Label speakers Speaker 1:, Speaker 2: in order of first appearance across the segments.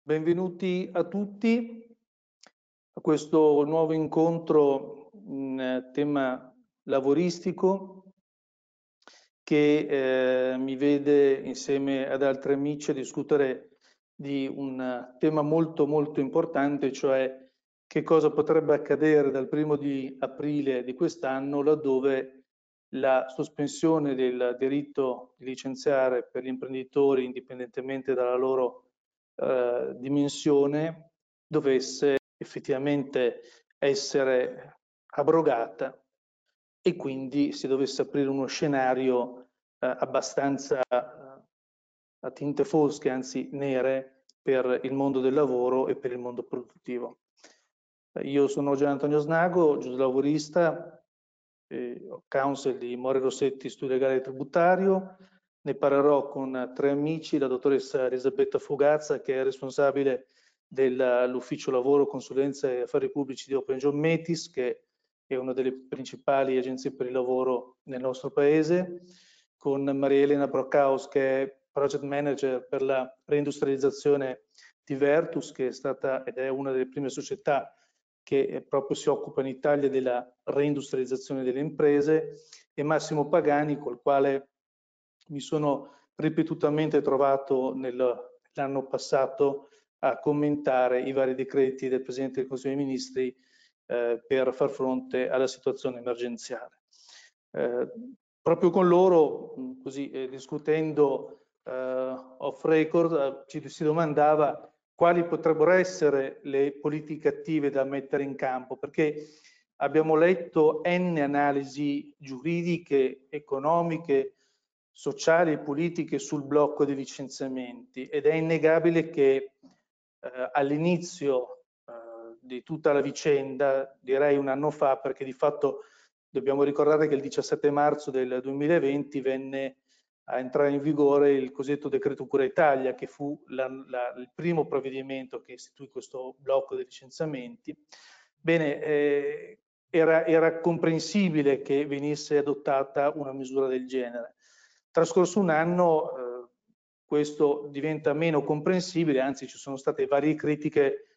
Speaker 1: Benvenuti a tutti a questo nuovo incontro in tema lavoristico che mi vede insieme ad altri amici a discutere di un tema molto importante, cioè che cosa potrebbe accadere dal 1° di aprile di quest'anno, laddove la sospensione del diritto di licenziare per gli imprenditori, indipendentemente dalla loro dimensione, dovesse effettivamente essere abrogata e quindi si dovesse aprire uno scenario abbastanza a tinte fosche, anzi nere, per il mondo del lavoro e per il mondo produttivo. Io sono Gian Antonio Snago, giuslavorista, counsel di Mori Rossetti Studio Legale e Tributario. Ne parlerò con 3 amici, la dottoressa Elisabetta Fugazza, che è responsabile dell'ufficio lavoro, consulenza e affari pubblici di Open Job Metis, che è una delle principali agenzie per il lavoro nel nostro paese, con Maria Elena Brockhaus, che è project manager per la reindustrializzazione di Vertus, che è stata ed è una delle prime società che proprio si occupa in Italia della reindustrializzazione delle imprese, e Massimo Pagani, col quale mi sono ripetutamente trovato l'anno passato a commentare i vari decreti del Presidente del Consiglio dei Ministri per far fronte alla situazione emergenziale. Proprio con loro, così discutendo off record, ci si domandava quali potrebbero essere le politiche attive da mettere in campo, perché abbiamo letto n analisi giuridiche, economiche, sociali e politiche sul blocco dei licenziamenti, ed è innegabile che all'inizio di tutta la vicenda, direi un anno fa, perché di fatto dobbiamo ricordare che il 17 marzo del 2020 venne a entrare in vigore il cosiddetto decreto Cura Italia, che fu il primo provvedimento che istituì questo blocco dei licenziamenti. Bene, era comprensibile che venisse adottata una misura del genere. Trascorso un anno questo diventa meno comprensibile, anzi ci sono state varie critiche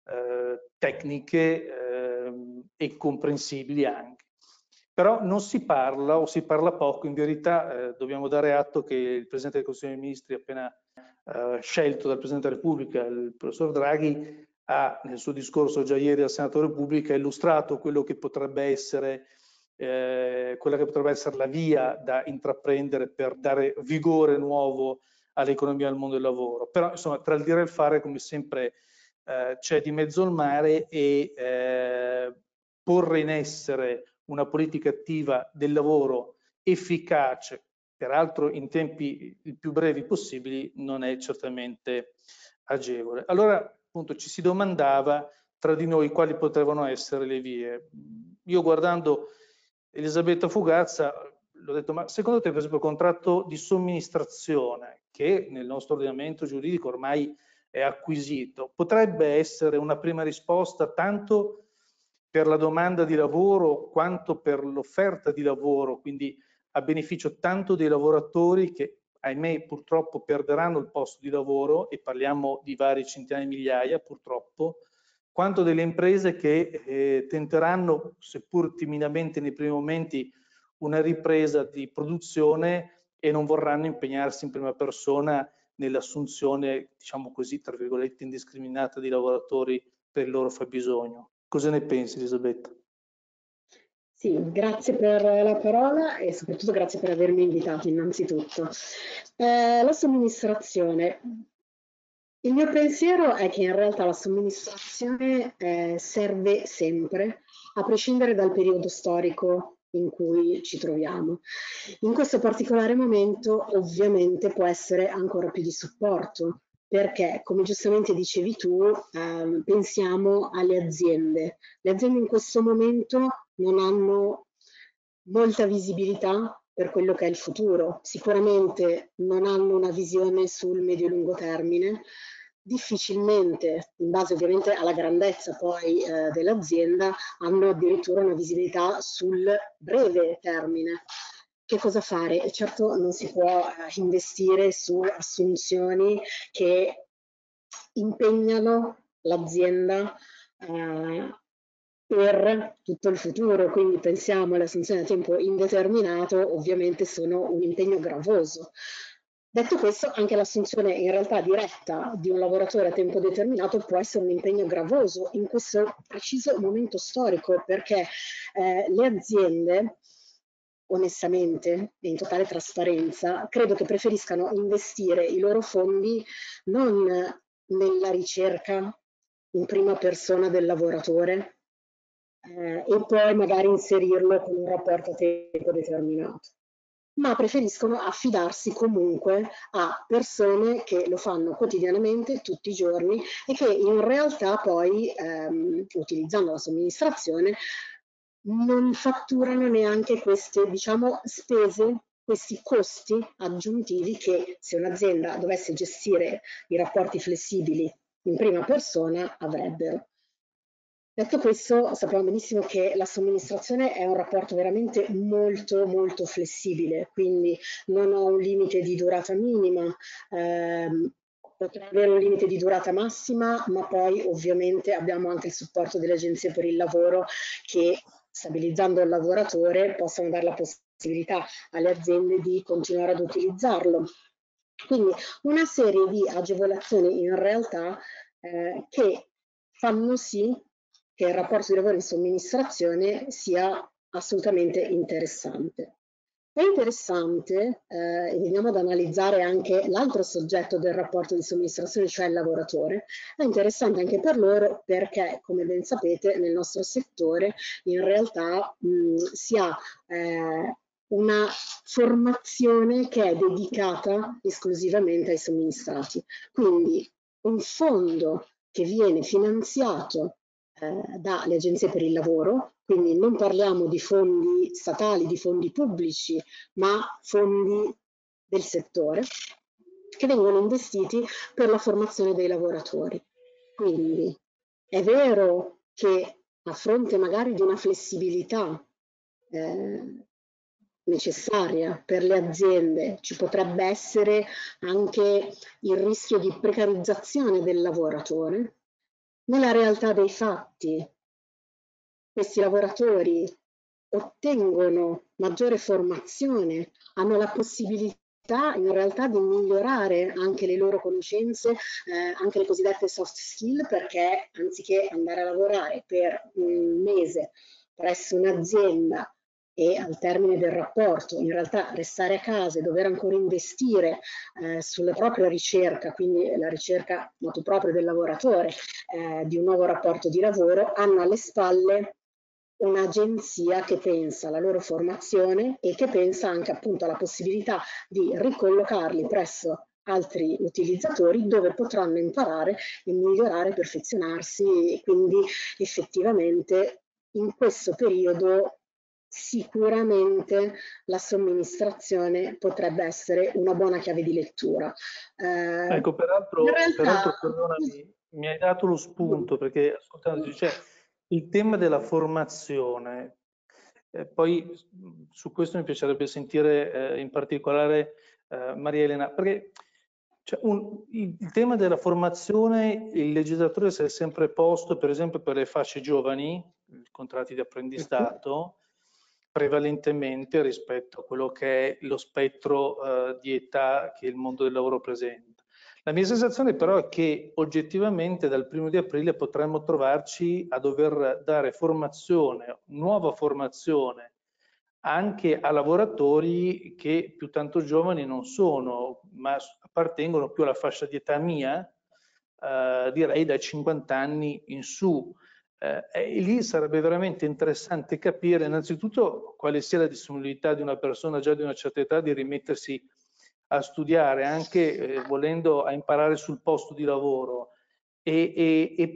Speaker 1: tecniche e comprensibili anche. Però non si parla o si parla poco, in verità dobbiamo dare atto che il Presidente del Consiglio dei Ministri, appena scelto dal Presidente della Repubblica, il professor Draghi, ha nel suo discorso già ieri al Senato della Repubblica illustrato quello che potrebbe essere quella che potrebbe essere la via da intraprendere per dare vigore nuovo all'economia e al mondo del lavoro. Però insomma, tra il dire e il fare, come sempre, c'è di mezzo il mare, e porre in essere una politica attiva del lavoro efficace, peraltro in tempi il più brevi possibili, non è certamente agevole. Allora appunto ci si domandava tra di noi quali potevano essere le vie. Io, guardando Elisabetta Fugazza, l'ho detto: ma secondo te, per esempio, il contratto di somministrazione, che nel nostro ordinamento giuridico ormai è acquisito, potrebbe essere una prima risposta tanto per la domanda di lavoro quanto per l'offerta di lavoro, quindi a beneficio tanto dei lavoratori che, ahimè, purtroppo perderanno il posto di lavoro, e parliamo di varie centinaia di migliaia purtroppo, quanto delle imprese che tenteranno, seppur timidamente nei primi momenti, una ripresa di produzione e non vorranno impegnarsi in prima persona nell'assunzione, diciamo così, tra virgolette, indiscriminata di lavoratori per il loro fabbisogno. Cosa ne pensi, Elisabetta?
Speaker 2: Sì, grazie per la parola e soprattutto grazie per avermi invitato innanzitutto. La somministrazione. Il mio pensiero è che in realtà la somministrazione serve sempre, a prescindere dal periodo storico in cui ci troviamo. In questo particolare momento ovviamente può essere ancora più di supporto, perché come giustamente dicevi tu, pensiamo alle aziende. Le aziende in questo momento non hanno molta visibilità per quello che è il futuro, sicuramente non hanno una visione sul medio-lungo termine, difficilmente, in base ovviamente alla grandezza poi dell'azienda, hanno addirittura una visibilità sul breve termine. Che cosa fare? E certo non si può investire su assunzioni che impegnano l'azienda per tutto il futuro, quindi pensiamo alle assunzioni a tempo indeterminato, ovviamente sono un impegno gravoso. Detto questo, anche l'assunzione in realtà diretta di un lavoratore a tempo determinato può essere un impegno gravoso in questo preciso momento storico, perché le aziende, onestamente e in totale trasparenza, credo che preferiscano investire i loro fondi non nella ricerca in prima persona del lavoratore, e poi magari inserirlo con un rapporto a tempo determinato, ma preferiscono affidarsi comunque a persone che lo fanno quotidianamente, tutti i giorni, e che in realtà poi, utilizzando la somministrazione, non fatturano neanche queste, diciamo, spese, questi costi aggiuntivi che, se un'azienda dovesse gestire i rapporti flessibili in prima persona, avrebbero. Detto questo, sappiamo benissimo che la somministrazione è un rapporto veramente molto molto flessibile, quindi non ho un limite di durata minima, potrà avere un limite di durata massima, ma poi ovviamente abbiamo anche il supporto delle agenzie per il lavoro che, stabilizzando il lavoratore, possono dare la possibilità alle aziende di continuare ad utilizzarlo. Quindi una serie di agevolazioni in realtà che fanno sì che il rapporto di lavoro in somministrazione sia assolutamente interessante. È interessante, e veniamo ad analizzare anche l'altro soggetto del rapporto di somministrazione, cioè il lavoratore, è interessante anche per loro perché, come ben sapete, nel nostro settore in realtà si ha una formazione che è dedicata esclusivamente ai somministrati. Quindi un fondo che viene finanziato dalle agenzie per il lavoro, quindi non parliamo di fondi statali, di fondi pubblici, ma fondi del settore che vengono investiti per la formazione dei lavoratori. Quindi è vero che a fronte magari di una flessibilità necessaria per le aziende ci potrebbe essere anche il rischio di precarizzazione del lavoratore. Nella realtà dei fatti, questi lavoratori ottengono maggiore formazione, hanno la possibilità in realtà di migliorare anche le loro conoscenze, anche le cosiddette soft skill, perché anziché andare a lavorare per un mese presso un'azienda e al termine del rapporto in realtà restare a casa e dover ancora investire sulla propria ricerca, quindi la ricerca motu proprio del lavoratore di un nuovo rapporto di lavoro, hanno alle spalle un'agenzia che pensa alla loro formazione e che pensa anche appunto alla possibilità di ricollocarli presso altri utilizzatori dove potranno imparare e migliorare, perfezionarsi, e quindi effettivamente in questo periodo sicuramente la somministrazione potrebbe essere una buona chiave di lettura.
Speaker 1: Ecco,
Speaker 2: In
Speaker 1: peraltro,
Speaker 2: realtà,
Speaker 1: perdonami, mi hai dato lo spunto perché ascoltando, cioè, il tema della formazione, poi su questo mi piacerebbe sentire in particolare Maria Elena, perché cioè, il tema della formazione il legislatore si è sempre posto, per esempio per le fasce giovani, i contratti di apprendistato, prevalentemente rispetto a quello che è lo spettro di età che il mondo del lavoro presenta. La mia sensazione però è che oggettivamente dal 1° di aprile potremmo trovarci a dover dare formazione, nuova formazione, anche a lavoratori che più tanto giovani non sono, ma appartengono più alla fascia di età mia, direi dai 50 anni in su. E lì sarebbe veramente interessante capire innanzitutto quale sia la disponibilità di una persona già di una certa età di rimettersi a studiare, anche volendo a imparare sul posto di lavoro, e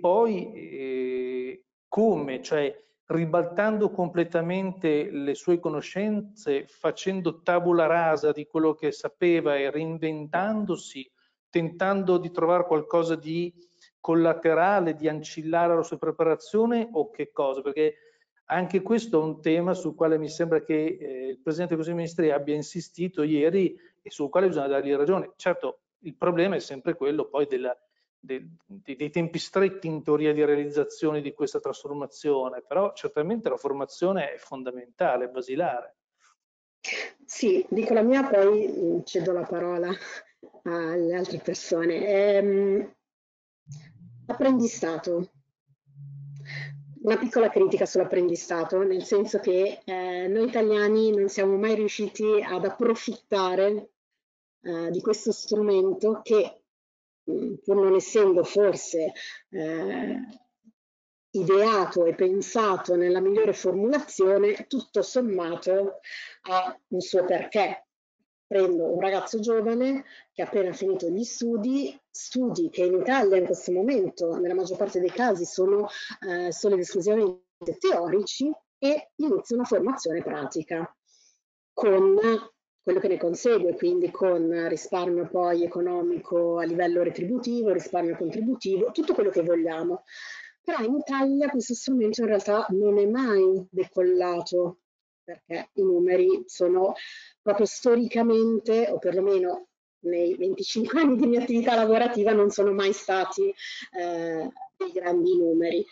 Speaker 1: poi come, cioè ribaltando completamente le sue conoscenze, facendo tabula rasa di quello che sapeva e reinventandosi, tentando di trovare qualcosa di collaterale, di ancillare alla sua preparazione, o che cosa? Perché anche questo è un tema sul quale mi sembra che il Presidente del Consiglio dei Ministri abbia insistito ieri e sul quale bisogna dargli ragione. Certo, il problema è sempre quello poi dei tempi stretti in teoria di realizzazione di questa trasformazione, però certamente la formazione è fondamentale, è basilare.
Speaker 2: Sì, dico la mia, poi cedo la parola alle altre persone. Apprendistato. Una piccola critica sull'apprendistato, nel senso che noi italiani non siamo mai riusciti ad approfittare di questo strumento che, pur non essendo forse ideato e pensato nella migliore formulazione, tutto sommato ha un suo perché. Prendo un ragazzo giovane che ha appena finito gli studi che in Italia in questo momento, nella maggior parte dei casi, sono solo ed esclusivamente teorici, e inizia una formazione pratica con quello che ne consegue, quindi con risparmio poi economico a livello retributivo, risparmio contributivo, tutto quello che vogliamo. Però in Italia questo strumento in realtà non è mai decollato, perché i numeri sono proprio storicamente, o perlomeno nei 25 anni di mia attività lavorativa, non sono mai stati dei grandi numeri.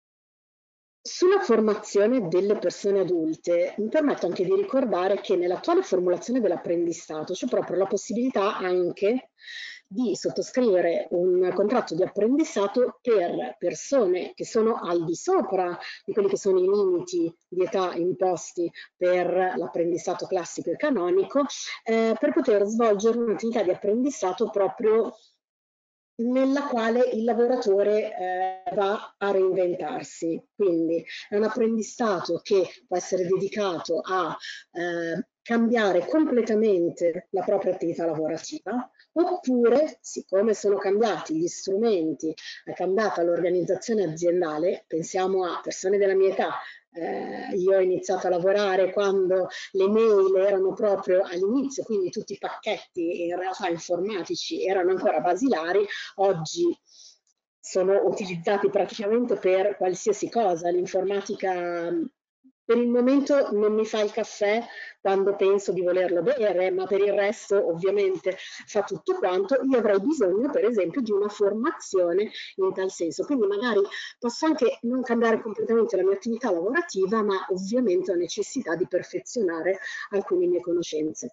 Speaker 2: Sulla formazione delle persone adulte, mi permetto anche di ricordare che nell'attuale formulazione dell'apprendistato c'è proprio la possibilità anche di sottoscrivere un contratto di apprendistato per persone che sono al di sopra di quelli che sono i limiti di età imposti per l'apprendistato classico e canonico, per poter svolgere un'attività di apprendistato proprio nella quale il lavoratore va a reinventarsi. Quindi è un apprendistato che può essere dedicato a cambiare completamente la propria attività lavorativa, oppure, siccome sono cambiati gli strumenti, è cambiata l'organizzazione aziendale, pensiamo a persone della mia età. Io ho iniziato a lavorare quando le mail erano proprio all'inizio, quindi tutti i pacchetti in realtà informatici erano ancora basilari. Oggi sono utilizzati praticamente per qualsiasi cosa. L'informatica per il momento non mi fa il caffè quando penso di volerlo bere, ma per il resto ovviamente fa tutto quanto. Io avrei bisogno, per esempio, di una formazione in tal senso. Quindi magari posso anche non cambiare completamente la mia attività lavorativa, ma ovviamente ho necessità di perfezionare alcune mie conoscenze.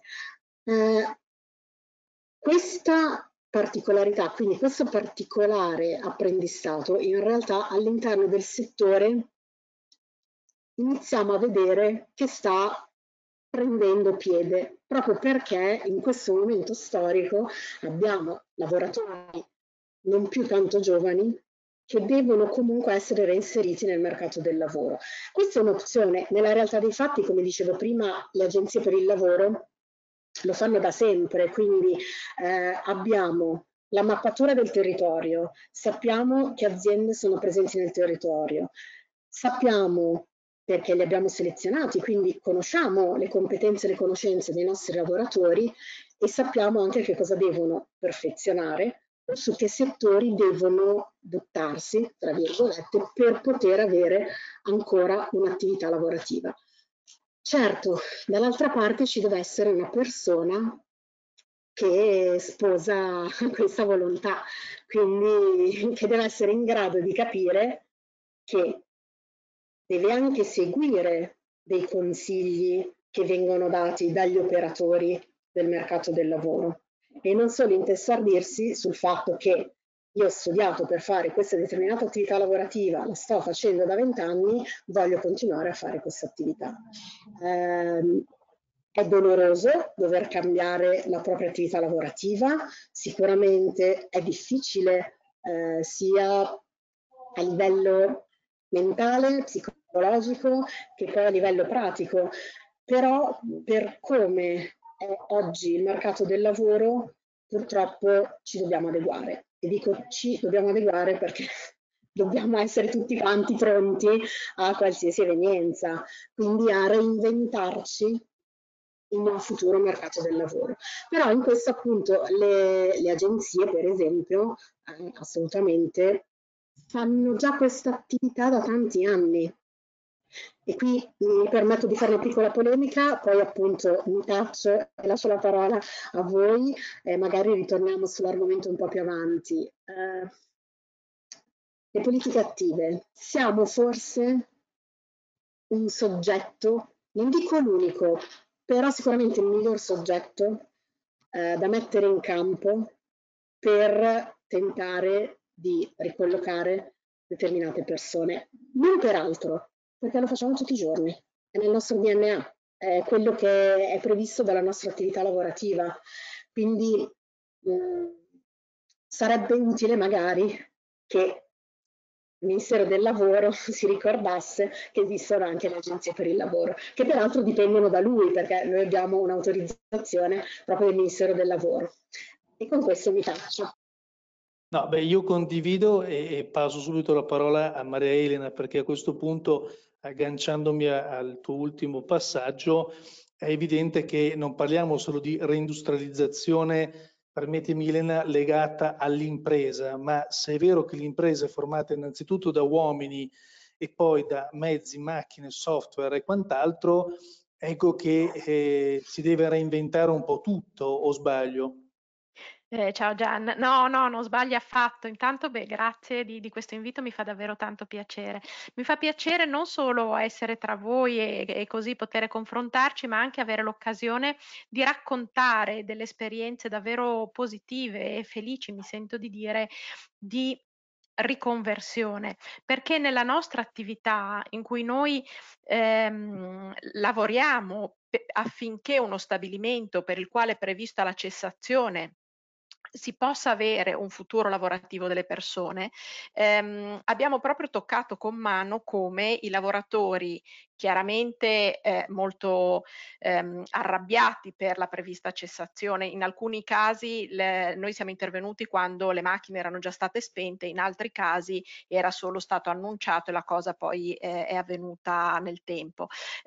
Speaker 2: Questa particolarità, quindi questo particolare apprendistato, in realtà all'interno del settore iniziamo a vedere che sta prendendo piede, proprio perché in questo momento storico abbiamo lavoratori non più tanto giovani che devono comunque essere reinseriti nel mercato del lavoro. Questa è un'opzione. Nella realtà dei fatti, come dicevo prima, le agenzie per il lavoro lo fanno da sempre, quindi abbiamo la mappatura del territorio, sappiamo che aziende sono presenti nel territorio, sappiamo perché li abbiamo selezionati, quindi conosciamo le competenze e le conoscenze dei nostri lavoratori, e sappiamo anche che cosa devono perfezionare o su che settori devono buttarsi, tra virgolette, per poter avere ancora un'attività lavorativa. Certo, dall'altra parte ci deve essere una persona che sposa questa volontà, quindi che deve essere in grado di capire che deve anche seguire dei consigli che vengono dati dagli operatori del mercato del lavoro, e non solo intestardirsi sul fatto che io ho studiato per fare questa determinata attività lavorativa, la sto facendo da 20 anni, voglio continuare a fare questa attività. È doloroso dover cambiare la propria attività lavorativa, sicuramente è difficile sia a livello mentale, psicologico, che poi a livello pratico, però per come è oggi il mercato del lavoro, purtroppo ci dobbiamo adeguare. E dico ci dobbiamo adeguare perché dobbiamo essere tutti quanti pronti a qualsiasi evenienza, quindi a reinventarci in un futuro mercato del lavoro. Però in questo appunto le agenzie, per esempio, assolutamente fanno già questa attività da tanti anni. E qui mi permetto di fare una piccola polemica, poi appunto mi taccio e lascio la parola a voi, e magari ritorniamo sull'argomento un po' più avanti. le politiche attive. Siamo forse un soggetto, non dico l'unico, però sicuramente il miglior soggetto da mettere in campo per tentare di ricollocare determinate persone. Non per altro, perché lo facciamo tutti i giorni, è nel nostro DNA, è quello che è previsto dalla nostra attività lavorativa. Quindi sarebbe utile magari che il Ministero del Lavoro si ricordasse che esistono anche le agenzie per il lavoro, che peraltro dipendono da lui, perché noi abbiamo un'autorizzazione proprio del Ministero del Lavoro. E con questo mi taccio.
Speaker 1: No, beh, io condivido e passo subito la parola a Maria Elena, perché a questo punto, agganciandomi al tuo ultimo passaggio, è evidente che non parliamo solo di reindustrializzazione, permettimi Elena, legata all'impresa, ma se è vero che l'impresa è formata innanzitutto da uomini e poi da mezzi, macchine, software e quant'altro, ecco che si deve reinventare un po' tutto, o sbaglio?
Speaker 3: Ciao Gian. No, no, non sbagli affatto. Intanto, beh, grazie di questo invito, mi fa davvero tanto piacere. Mi fa piacere non solo essere tra voi e così poter confrontarci, ma anche avere l'occasione di raccontare delle esperienze davvero positive e felici, mi sento di dire, di riconversione, perché nella nostra attività in cui noi lavoriamo affinché uno stabilimento per il quale è prevista la cessazione si possa avere un futuro lavorativo delle persone, abbiamo proprio toccato con mano come i lavoratori chiaramente molto arrabbiati per la prevista cessazione. In alcuni casi noi siamo intervenuti quando le macchine erano già state spente, in altri casi era solo stato annunciato e la cosa poi è avvenuta nel tempo.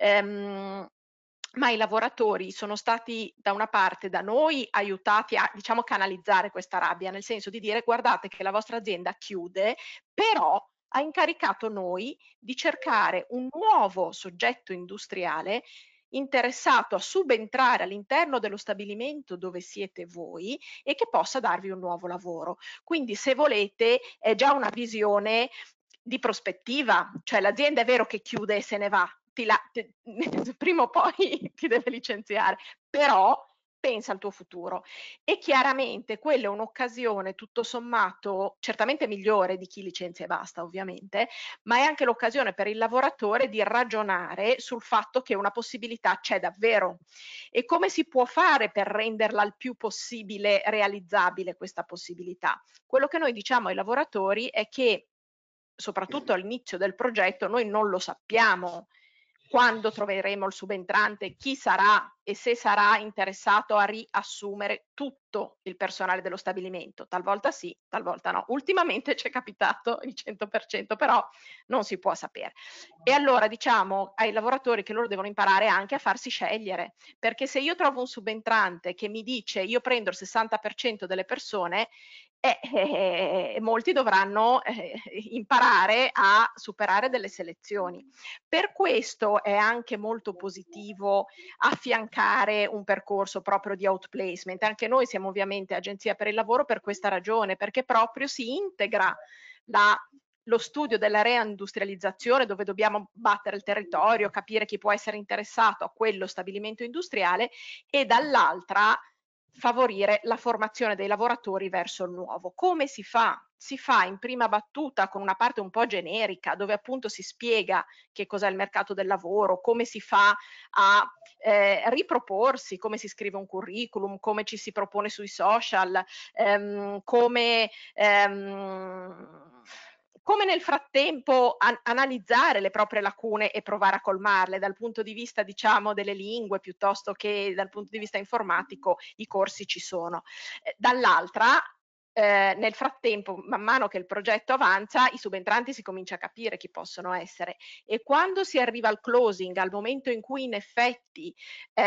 Speaker 3: Ma i lavoratori sono stati da una parte da noi aiutati a, diciamo, canalizzare questa rabbia, nel senso di dire: "Guardate che la vostra azienda chiude, però ha incaricato noi di cercare un nuovo soggetto industriale interessato a subentrare all'interno dello stabilimento dove siete voi e che possa darvi un nuovo lavoro". Quindi, se volete, è già una visione di prospettiva, cioè l'azienda è vero che chiude e se ne va, prima o poi ti deve licenziare, però pensa al tuo futuro. E chiaramente quella è un'occasione tutto sommato certamente migliore di chi licenzia e basta ovviamente, ma è anche l'occasione per il lavoratore di ragionare sul fatto che una possibilità c'è davvero e come si può fare per renderla il più possibile realizzabile questa possibilità. Quello che noi diciamo ai lavoratori è che soprattutto all'inizio del progetto noi non lo sappiamo quando troveremo il subentrante, chi sarà e se sarà interessato a riassumere tutto il personale dello stabilimento. Talvolta sì, talvolta no. Ultimamente ci è capitato il 100%, però non si può sapere. E allora diciamo ai lavoratori che loro devono imparare anche a farsi scegliere, perché se io trovo un subentrante che mi dice io prendo il 60% delle persone, molti dovranno imparare a superare delle selezioni. Per questo è anche molto positivo affiancare un percorso proprio di outplacement. Anche noi siamo ovviamente agenzia per il lavoro per questa ragione, perché proprio si integra lo studio della reindustrializzazione, dove dobbiamo battere il territorio, capire chi può essere interessato a quello stabilimento industriale, e dall'altra favorire la formazione dei lavoratori verso il nuovo. Come si fa? Si fa in prima battuta con una parte un po' generica, dove appunto si spiega che cos'è il mercato del lavoro, come si fa a riproporsi, come si scrive un curriculum, come ci si propone sui social, come nel frattempo analizzare le proprie lacune e provare a colmarle dal punto di vista, diciamo, delle lingue piuttosto che dal punto di vista informatico, i corsi ci sono. Dall'altra, nel frattempo, man mano che il progetto avanza, i subentranti si comincia a capire chi possono essere e quando si arriva al closing, al momento in cui in effetti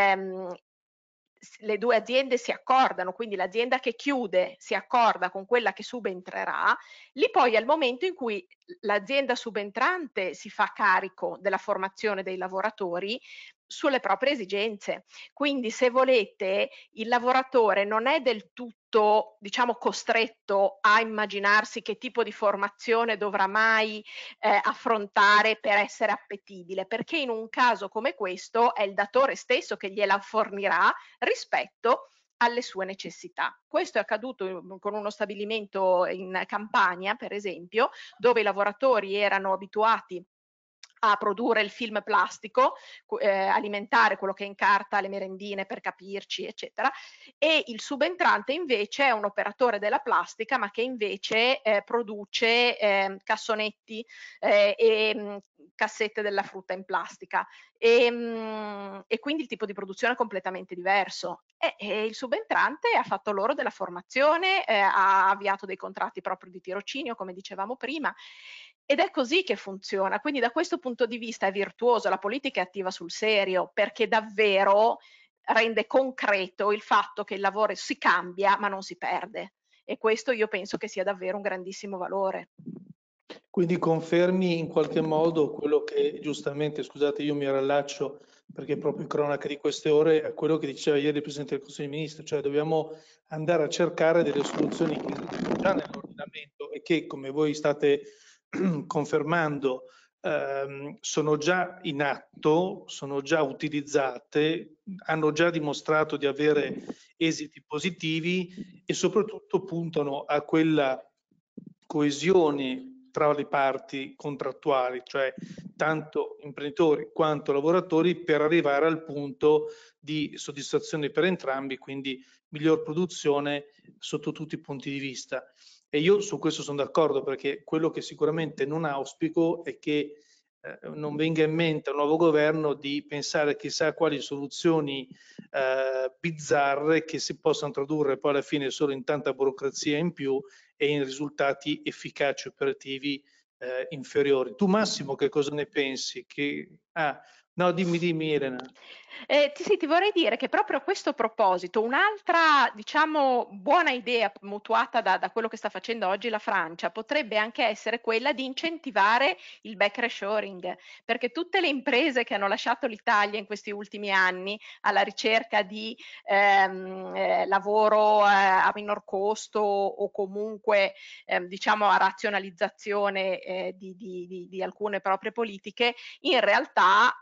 Speaker 3: le due aziende si accordano, quindi l'azienda che chiude si accorda con quella che subentrerà, lì poi è il momento in cui l'azienda subentrante si fa carico della formazione dei lavoratori sulle proprie esigenze. Quindi, se volete, il lavoratore non è del tutto, diciamo, costretto a immaginarsi che tipo di formazione dovrà mai affrontare per essere appetibile, perché in un caso come questo è il datore stesso che gliela fornirà rispetto alle sue necessità. Questo è accaduto con uno stabilimento in Campania, per esempio, dove i lavoratori erano abituati a produrre il film plastico alimentare, quello che incarta le merendine, per capirci, eccetera, e il subentrante invece è un operatore della plastica, ma che invece produce cassonetti e cassette della frutta in plastica, e quindi il tipo di produzione è completamente diverso. E il subentrante ha fatto loro della formazione, ha avviato dei contratti proprio di tirocinio, come dicevamo prima, ed è così che funziona. Quindi da questo punto di vista è virtuoso, la politica è attiva sul serio, perché davvero rende concreto il fatto che il lavoro si cambia ma non si perde, e questo io penso che sia davvero un grandissimo valore.
Speaker 1: Quindi confermi in qualche modo quello che giustamente, scusate, io mi rallaccio perché è proprio cronaca di queste ore, a quello che diceva ieri il Presidente del Consiglio dei Ministri, cioè dobbiamo andare a cercare delle soluzioni che esistono già nell'ordinamento e che, come voi state confermando, sono già in atto, sono già utilizzate, hanno già dimostrato di avere esiti positivi e soprattutto puntano a quella coesione tra le parti contrattuali, cioè tanto imprenditori quanto lavoratori, per arrivare al punto di soddisfazione per entrambi, quindi miglior produzione sotto tutti i punti di vista. E io su questo sono d'accordo, perché quello che sicuramente non auspico è che non venga in mente al nuovo governo di pensare chissà quali soluzioni bizzarre che si possano tradurre poi alla fine solo in tanta burocrazia in più e in risultati efficaci operativi inferiori. Tu Massimo che cosa ne pensi? No, dimmi Elena.
Speaker 3: Sì, ti vorrei dire che proprio a questo proposito un'altra, diciamo, buona idea mutuata da quello che sta facendo oggi la Francia potrebbe anche essere quella di incentivare il back reshoring, perché tutte le imprese che hanno lasciato l'Italia in questi ultimi anni alla ricerca di lavoro a minor costo o comunque diciamo a razionalizzazione di alcune proprie politiche, in realtà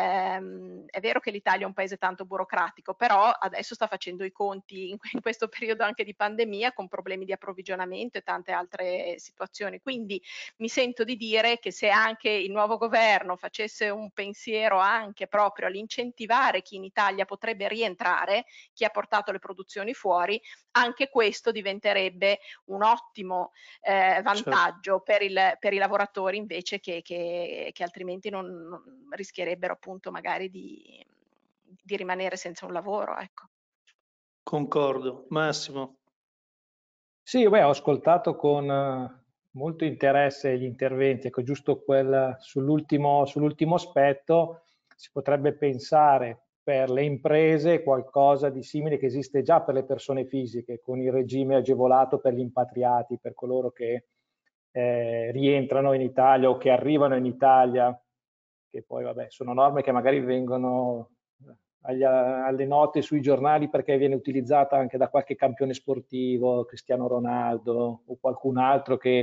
Speaker 3: è vero che l'Italia è un paese tanto burocratico, però adesso sta facendo i conti in questo periodo anche di pandemia con problemi di approvvigionamento e tante altre situazioni. Quindi mi sento di dire che se anche il nuovo governo facesse un pensiero anche proprio all'incentivare chi in Italia potrebbe rientrare, chi ha portato le produzioni fuori, anche questo diventerebbe un ottimo vantaggio per i lavoratori invece che altrimenti non rischierebbero appunto magari di rimanere senza un lavoro, ecco.
Speaker 1: Concordo. Massimo.
Speaker 4: Sì, beh, ho ascoltato con molto interesse gli interventi, ecco, giusto sull'ultimo aspetto si potrebbe pensare per le imprese qualcosa di simile che esiste già per le persone fisiche, con il regime agevolato per gli impatriati, per coloro che rientrano in Italia o che arrivano in Italia, che poi vabbè, sono norme che magari vengono alle note sui giornali perché viene utilizzata anche da qualche campione sportivo, Cristiano Ronaldo o qualcun altro che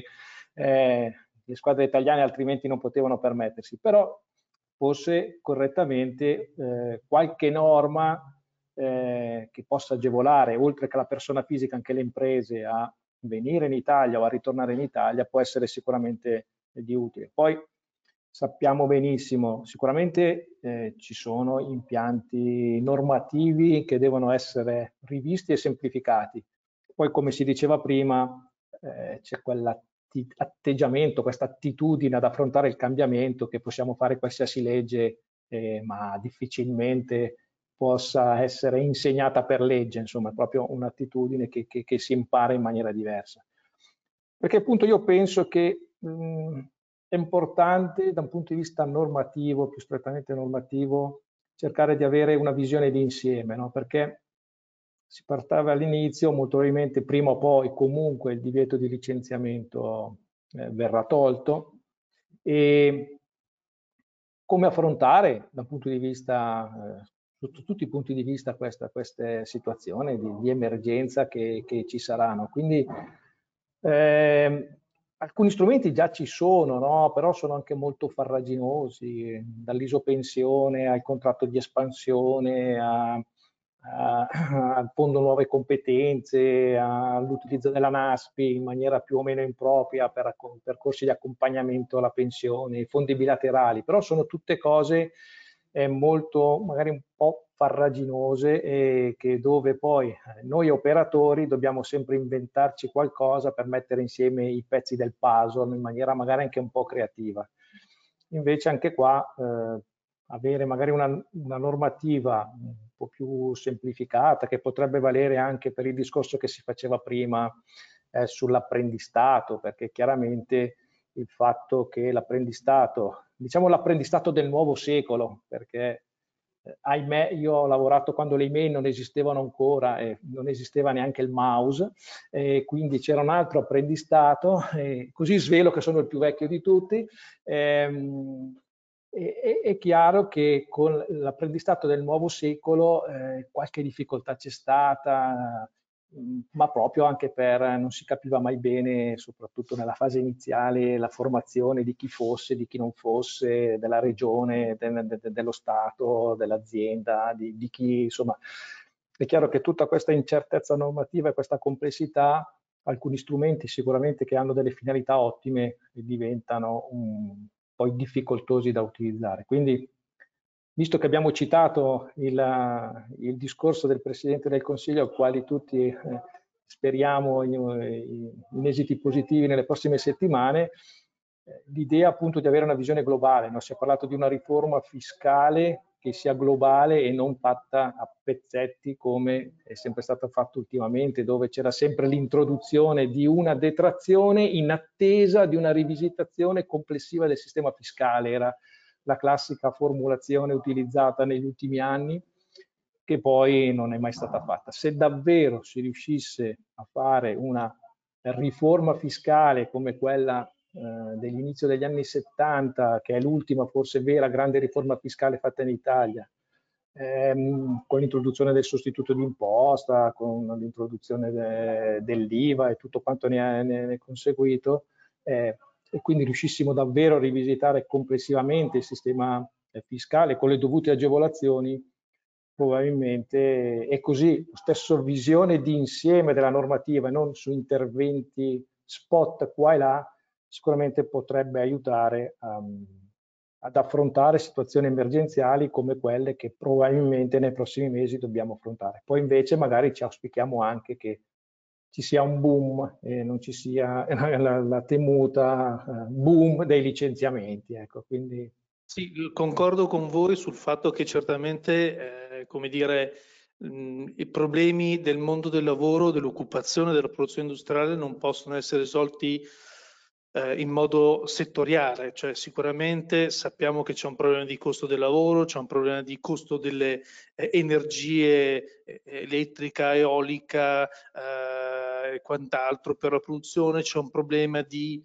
Speaker 4: le squadre italiane altrimenti non potevano permettersi, però fosse correttamente qualche norma che possa agevolare, oltre che la persona fisica, anche le imprese a venire in Italia o a ritornare in Italia, può essere sicuramente di utile. Poi sappiamo benissimo, sicuramente ci sono impianti normativi che devono essere rivisti e semplificati. Poi, come si diceva prima, c'è quell'atteggiamento, questa attitudine ad affrontare il cambiamento che possiamo fare qualsiasi legge, ma difficilmente possa essere insegnata per legge, insomma, è proprio un'attitudine che si impara in maniera diversa. Perché appunto io penso che è importante da un punto di vista normativo, più strettamente normativo, cercare di avere una visione di insieme, no? Perché si parlava all'inizio, molto probabilmente prima o poi comunque il divieto di licenziamento verrà tolto e come affrontare dal punto di vista, sotto tutti i punti di vista queste situazioni di emergenza che ci saranno. Quindi alcuni strumenti già ci sono, no? Però sono anche molto farraginosi, dall'isopensione al contratto di espansione al fondo nuove competenze, all'utilizzo della NASPI in maniera più o meno impropria per percorsi di accompagnamento alla pensione, i fondi bilaterali, però sono tutte cose molto magari un po' farraginose e dove poi noi operatori dobbiamo sempre inventarci qualcosa per mettere insieme i pezzi del puzzle in maniera magari anche un po' creativa. Invece anche qua avere magari una normativa un po' più semplificata, che potrebbe valere anche per il discorso che si faceva prima sull'apprendistato, perché chiaramente il fatto che l'apprendistato, diciamo l'apprendistato del nuovo secolo, perché ahimè io ho lavorato quando le email non esistevano ancora e non esisteva neanche il mouse, quindi c'era un altro apprendistato, così svelo che sono il più vecchio di tutti. È chiaro che con l'apprendistato del nuovo secolo qualche difficoltà c'è stata, ma proprio anche per non si capiva mai bene, soprattutto nella fase iniziale, la formazione di chi fosse, di chi non fosse, della regione, dello Stato, dell'azienda, di chi, insomma, è chiaro che tutta questa incertezza normativa e questa complessità, alcuni strumenti sicuramente che hanno delle finalità ottime diventano poi difficoltosi da utilizzare. Quindi, visto che abbiamo citato il discorso del Presidente del Consiglio, al quale tutti speriamo in esiti positivi nelle prossime settimane, l'idea appunto di avere una visione globale, no? Si è parlato di una riforma fiscale che sia globale e non fatta a pezzetti come è sempre stato fatto ultimamente, dove c'era sempre l'introduzione di una detrazione in attesa di una rivisitazione complessiva del sistema fiscale. Era la classica formulazione utilizzata negli ultimi anni, che poi non è mai stata fatta. Se davvero si riuscisse a fare una riforma fiscale come quella dell'inizio degli anni 70, che è l'ultima forse vera grande riforma fiscale fatta in Italia, con l'introduzione del sostituto d'imposta, con l'introduzione dell'IVA e tutto quanto ne è conseguito, e quindi riuscissimo davvero a rivisitare complessivamente il sistema fiscale con le dovute agevolazioni, probabilmente è così, la stessa visione di insieme della normativa e non su interventi spot qua e là, sicuramente potrebbe aiutare ad affrontare situazioni emergenziali come quelle che probabilmente nei prossimi mesi dobbiamo affrontare. Poi invece magari ci auspichiamo anche che ci sia un boom e non ci sia la temuta boom dei licenziamenti. Ecco, quindi...
Speaker 1: Sì, concordo con voi sul fatto che certamente, come dire, i problemi del mondo del lavoro, dell'occupazione, della produzione industriale non possono essere risolti in modo settoriale, cioè sicuramente sappiamo che c'è un problema di costo del lavoro, c'è un problema di costo delle energie elettrica, eolica e quant'altro per la produzione, c'è un problema di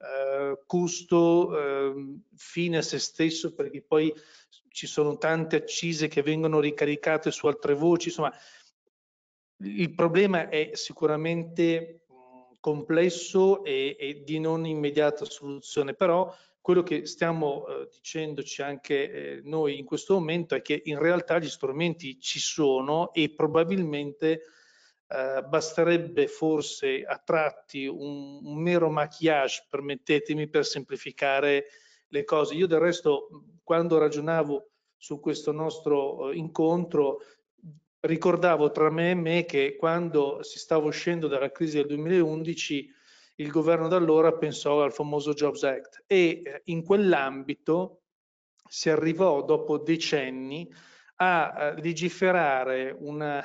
Speaker 1: costo fine a se stesso, perché poi ci sono tante accise che vengono ricaricate su altre voci, insomma il problema è sicuramente complesso e di non immediata soluzione, però quello che stiamo dicendoci anche noi in questo momento è che in realtà gli strumenti ci sono e probabilmente basterebbe forse a tratti un mero maquillage, permettetemi, per semplificare le cose. Io del resto, quando ragionavo su questo nostro incontro, ricordavo tra me e me che quando si stava uscendo dalla crisi del 2011 il governo da allora pensò al famoso Jobs Act e in quell'ambito si arrivò dopo decenni a legiferare un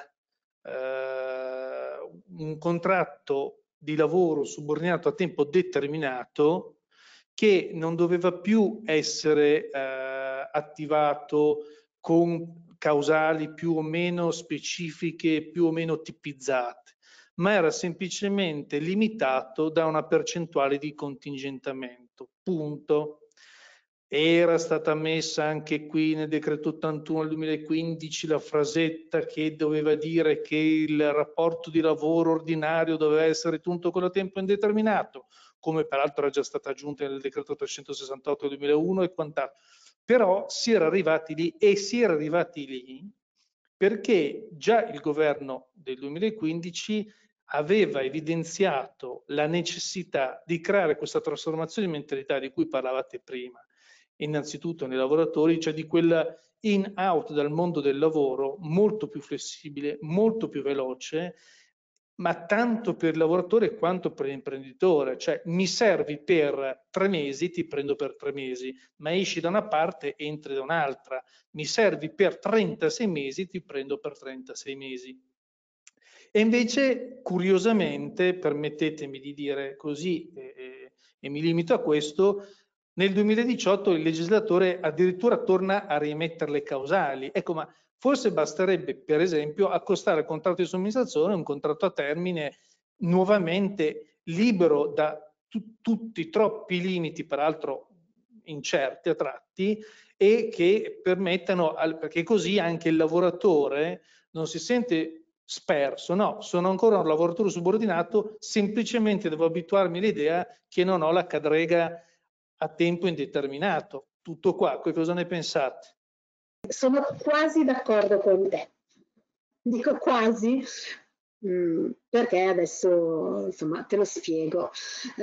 Speaker 1: contratto di lavoro subordinato a tempo determinato che non doveva più essere attivato con causali più o meno specifiche, più o meno tipizzate, ma era semplicemente limitato da una percentuale di contingentamento, punto. Era stata messa anche qui nel decreto 81 del 2015 la frasetta che doveva dire che il rapporto di lavoro ordinario doveva essere tenuto con a tempo indeterminato, come peraltro era già stata aggiunta nel decreto 368 del 2001 e quant'altro. Però si era arrivati lì, e si era arrivati lì perché già il governo del 2015 aveva evidenziato la necessità di creare questa trasformazione di mentalità di cui parlavate prima, innanzitutto nei lavoratori, cioè di quella in-out dal mondo del lavoro molto più flessibile, molto più veloce, ma tanto per il lavoratore quanto per l'imprenditore. Cioè, mi servi per 3 mesi, ti prendo per 3 mesi, ma esci da una parte e entri da un'altra. Mi servi per 36 mesi, ti prendo per 36 mesi. E invece, curiosamente, permettetemi di dire così, e mi limito a questo, nel 2018 il legislatore addirittura torna a rimettere le causali. Ecco, ma forse basterebbe, per esempio, accostare al contratto di somministrazione un contratto a termine nuovamente libero da tutti i troppi limiti, peraltro incerti a tratti, e che permettano, perché così anche il lavoratore non si sente sperso. No, sono ancora un lavoratore subordinato, semplicemente devo abituarmi all'idea che non ho la cadrega a tempo indeterminato. Tutto qua, che cosa ne pensate?
Speaker 2: Sono quasi d'accordo con te. Dico quasi, perché adesso insomma te lo spiego.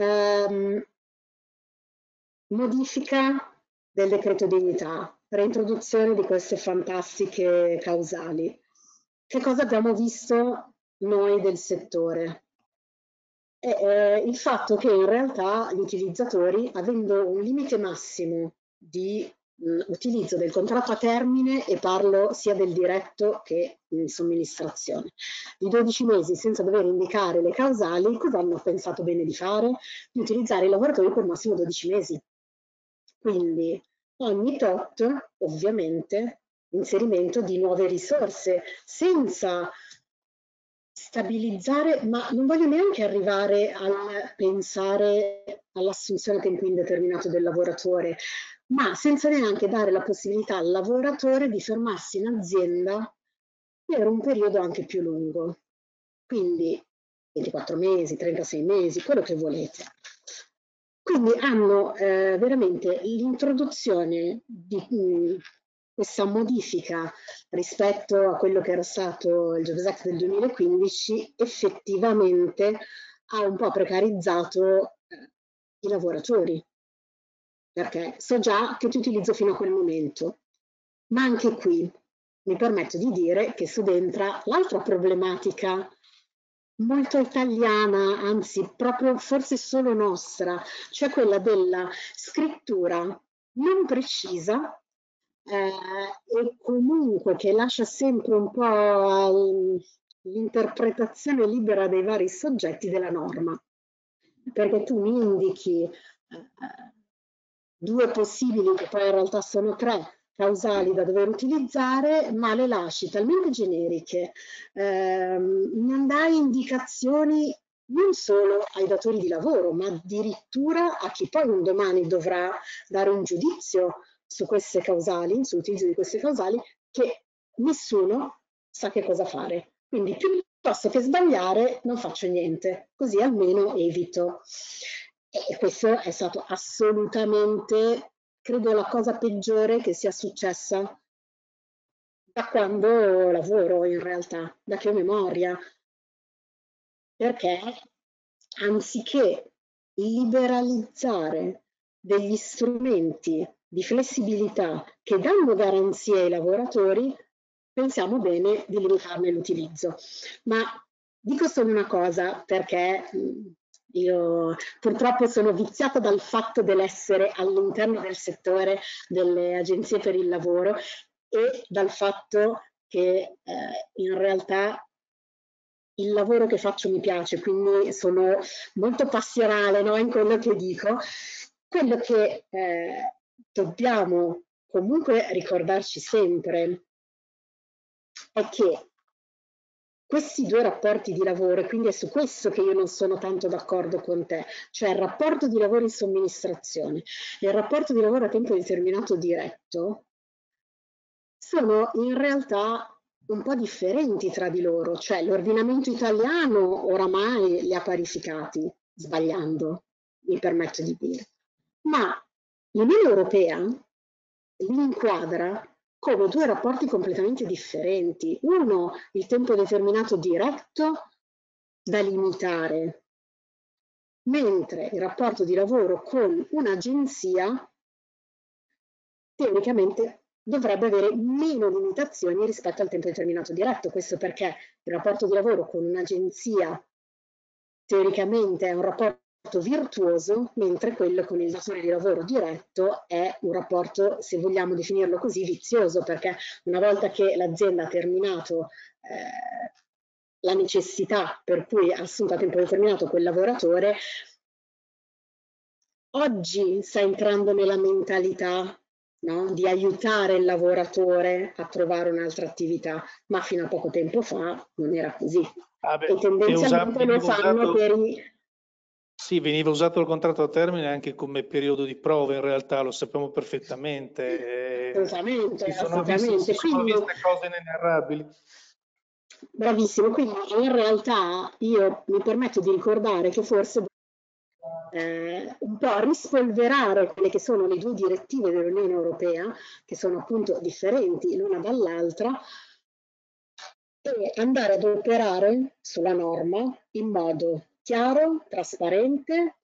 Speaker 2: Modifica del decreto dignità, reintroduzione di queste fantastiche causali. Che cosa abbiamo visto noi del settore? Il fatto che in realtà gli utilizzatori, avendo un limite massimo di utilizzo del contratto a termine, e parlo sia del diretto che in somministrazione, di 12 mesi senza dover indicare le causali, cosa hanno pensato bene di fare? Di utilizzare i lavoratori per massimo 12 mesi. Quindi ogni tot, ovviamente, inserimento di nuove risorse, senza stabilizzare, ma non voglio neanche arrivare a pensare all'assunzione a tempo indeterminato del lavoratore, ma senza neanche dare la possibilità al lavoratore di fermarsi in azienda per un periodo anche più lungo. Quindi 24 mesi, 36 mesi, quello che volete. Quindi hanno veramente l'introduzione di questa modifica rispetto a quello che era stato il Jobs Act del 2015, effettivamente ha un po' precarizzato i lavoratori, perché so già che ti utilizzo fino a quel momento. Ma anche qui mi permetto di dire che subentra l'altra problematica molto italiana, anzi proprio forse solo nostra, cioè quella della scrittura non precisa e comunque che lascia sempre un po' all'interpretazione libera dei vari soggetti della norma. Perché tu mi indichi due possibili, che poi in realtà sono tre, causali da dover utilizzare, ma le lasci talmente generiche, non dai indicazioni non solo ai datori di lavoro, ma addirittura a chi poi un domani dovrà dare un giudizio su queste causali, sull'utilizzo di queste causali, che nessuno sa che cosa fare. Quindi piuttosto che sbagliare non faccio niente, così almeno evito. E questo è stato assolutamente, credo, la cosa peggiore che sia successa da quando lavoro in realtà, da che ho memoria, perché anziché liberalizzare degli strumenti di flessibilità che danno garanzie ai lavoratori, pensiamo bene di limitarne l'utilizzo. Ma dico solo una cosa, perché io purtroppo sono viziata dal fatto dell'essere all'interno del settore delle agenzie per il lavoro e dal fatto che in realtà il lavoro che faccio mi piace, quindi sono molto passionale, no, in quello che dico. Quello che dobbiamo comunque ricordarci sempre è che questi due rapporti di lavoro, e quindi è su questo che io non sono tanto d'accordo con te, cioè il rapporto di lavoro in somministrazione e il rapporto di lavoro a tempo determinato diretto, sono in realtà un po' differenti tra di loro, cioè l'ordinamento italiano oramai li ha parificati, sbagliando, mi permetto di dire, ma l'Unione Europea li inquadra come due rapporti completamente differenti. Uno, il tempo determinato diretto da limitare, mentre il rapporto di lavoro con un'agenzia teoricamente dovrebbe avere meno limitazioni rispetto al tempo determinato diretto. Questo perché il rapporto di lavoro con un'agenzia teoricamente è un rapporto virtuoso, mentre quello con il datore di lavoro diretto è un rapporto, se vogliamo definirlo così, vizioso, perché una volta che l'azienda ha terminato la necessità per cui ha assunto a tempo determinato quel lavoratore, oggi sta entrando nella mentalità, no, di aiutare il lavoratore a trovare un'altra attività, ma fino a poco tempo fa non era così. E tendenzialmente lo fanno per i...
Speaker 1: Sì, veniva usato il contratto a termine anche come periodo di prova, in realtà lo sappiamo perfettamente.
Speaker 2: Assolutamente,
Speaker 1: Si sono
Speaker 2: assolutamente.
Speaker 1: viste cose inenarrabili.
Speaker 2: Bravissimo, quindi in realtà io mi permetto di ricordare che forse un po' rispolverare quelle che sono le due direttive dell'Unione Europea, che sono appunto differenti l'una dall'altra, e andare ad operare sulla norma in modo chiaro, trasparente,